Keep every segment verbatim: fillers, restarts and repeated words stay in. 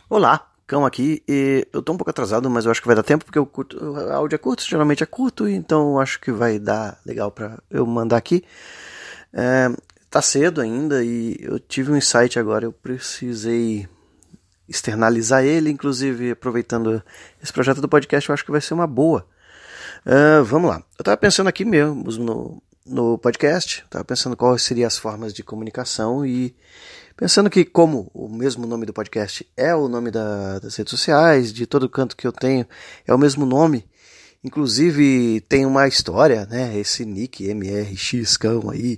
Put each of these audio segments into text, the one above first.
Olá, Cão aqui, e eu tô um pouco atrasado, mas eu acho que vai dar tempo, porque eu curto, o áudio é curto, geralmente é curto, então eu acho que vai dar legal pra eu mandar aqui. É, tá cedo ainda e eu tive um insight agora, eu precisei externalizar ele, inclusive aproveitando esse projeto do podcast, eu acho que vai ser uma boa. É, vamos lá, eu tava pensando aqui mesmo no, no podcast, tava pensando quais seriam as formas de comunicação e pensando que, como o mesmo nome do podcast é o nome da, das redes sociais, de todo canto que eu tenho é o mesmo nome, inclusive tem uma história, né? Esse nick M R X Cão aí.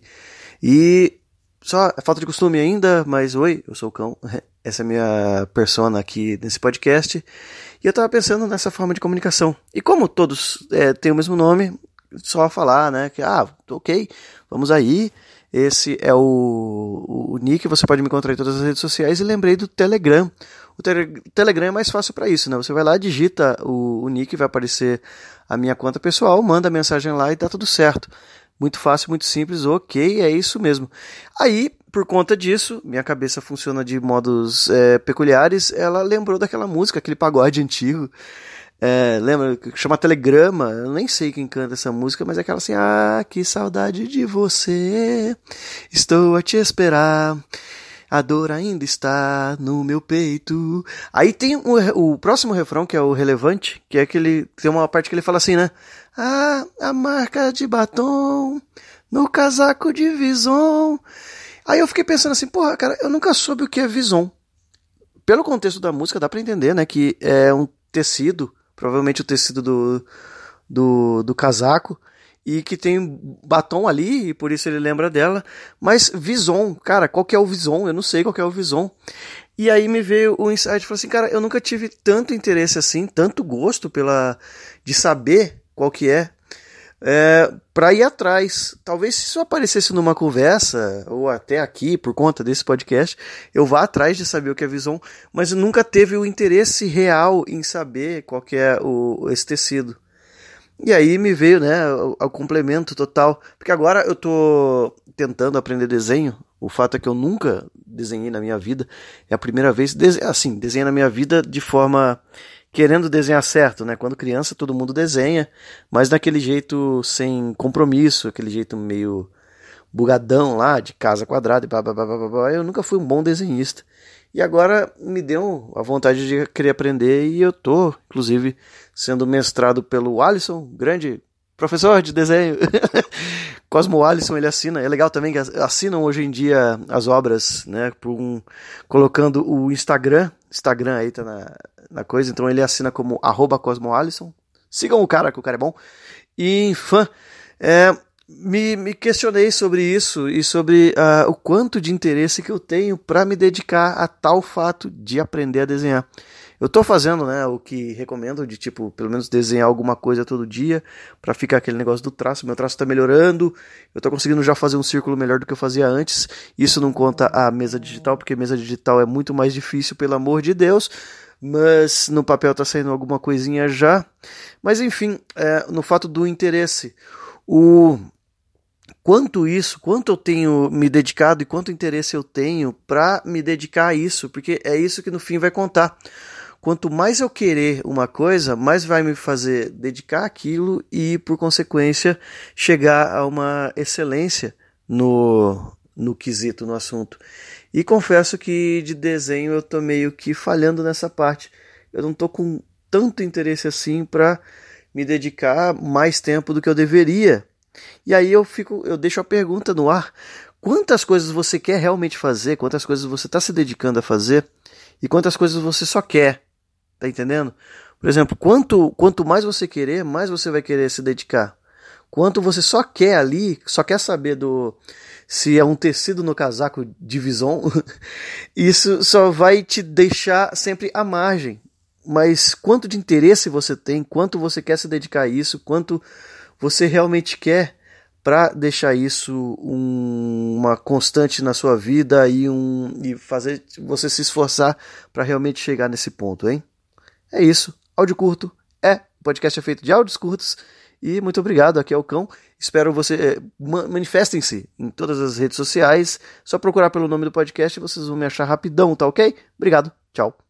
E só é falta de costume ainda, mas oi, eu sou o Cão. Essa é a minha persona aqui nesse podcast. E eu tava pensando nessa forma de comunicação. E como todos é, têm o mesmo nome, só falar, né? Que, ah, ok, vamos aí. Esse é o, o nick, você pode me encontrar em todas as redes sociais. E lembrei do Telegram. O te- Telegram é mais fácil para isso, né? Você vai lá, digita o, o nick, vai aparecer a minha conta pessoal, manda a mensagem lá e tá tudo certo. Muito fácil, muito simples, ok, é isso mesmo. Aí, por conta disso, minha cabeça funciona de modos é, peculiares, ela lembrou daquela música, aquele pagode antigo. É, lembra? Chama Telegrama. Eu nem sei quem canta essa música, mas é aquela assim: ah, que saudade de você, estou a te esperar, a dor ainda está no meu peito. Aí tem o, o próximo refrão, que é o relevante, que é aquele, tem uma parte que ele fala assim, né? Ah, a marca de batom no casaco de Vison. Aí eu fiquei pensando assim, porra, cara, eu nunca soube o que é Vison. Pelo contexto da música dá pra entender, né, que é um tecido, provavelmente o tecido do, do, do casaco, e que tem batom ali, e por isso ele lembra dela. Mas Vison, cara, qual que é o Vison? Eu não sei qual que é o Vison. E aí me veio o insight, falei assim, cara, eu nunca tive tanto interesse assim, tanto gosto pela de saber qual que é, é para ir atrás. Talvez se isso aparecesse numa conversa, ou até aqui, por conta desse podcast, eu vá atrás de saber o que é Vison, mas nunca teve o interesse real em saber qual que é o, esse tecido. E aí me veio, né, o, o complemento total, porque agora eu tô tentando aprender desenho. O fato é que eu nunca desenhei na minha vida, é a primeira vez, dese- assim, desenhei na minha vida de forma querendo desenhar certo, né? Quando criança todo mundo desenha, mas daquele jeito sem compromisso, aquele jeito meio bugadão lá, de casa quadrada e blá, blá, blá, blá, blá, blá. Eu nunca fui um bom desenhista. E agora me deu a vontade de querer aprender e eu tô, inclusive, sendo mestrado pelo Alisson, grande professor de desenho. Cosmo Alisson, ele assina. É legal também que assinam hoje em dia as obras, né? Por um, colocando o Instagram. Instagram aí tá na, na coisa. Então ele assina como arroba Cosmo Alisson. Sigam o cara, que o cara é bom. E fã. É, me, me questionei sobre isso e sobre uh, o quanto de interesse que eu tenho para me dedicar a tal fato de aprender a desenhar. Eu tô fazendo, né, o que recomendo, de tipo, pelo menos desenhar alguma coisa todo dia, pra ficar aquele negócio do traço. Meu traço tá melhorando, eu tô conseguindo já fazer um círculo melhor do que eu fazia antes. Isso não conta a mesa digital, porque mesa digital é muito mais difícil, pelo amor de Deus. Mas no papel tá saindo alguma coisinha já. Mas enfim, é, no fato do interesse, o quanto isso, quanto eu tenho me dedicado e quanto interesse eu tenho pra me dedicar a isso, porque é isso que no fim vai contar. Quanto mais eu querer uma coisa, mais vai me fazer dedicar aquilo e, por consequência, chegar a uma excelência no, no quesito, no assunto. E confesso que de desenho eu tô meio que falhando nessa parte. Eu não tô com tanto interesse assim para me dedicar mais tempo do que eu deveria. E aí eu fico, eu deixo a pergunta no ar: quantas coisas você quer realmente fazer? Quantas coisas você está se dedicando a fazer? E quantas coisas você só quer? Tá entendendo? Por exemplo, quanto, quanto mais você querer, mais você vai querer se dedicar. Quanto você só quer ali, só quer saber do se é um tecido no casaco de Vison, isso só vai te deixar sempre à margem. Mas quanto de interesse você tem, quanto você quer se dedicar a isso, quanto você realmente quer para deixar isso um, uma constante na sua vida e, um, e fazer você se esforçar para realmente chegar nesse ponto, hein? É isso, áudio curto, é, o podcast é feito de áudios curtos, e muito obrigado, aqui é o Cão, espero você, manifestem-se em todas as redes sociais, só procurar pelo nome do podcast e vocês vão me achar rapidão, tá ok? Obrigado, tchau.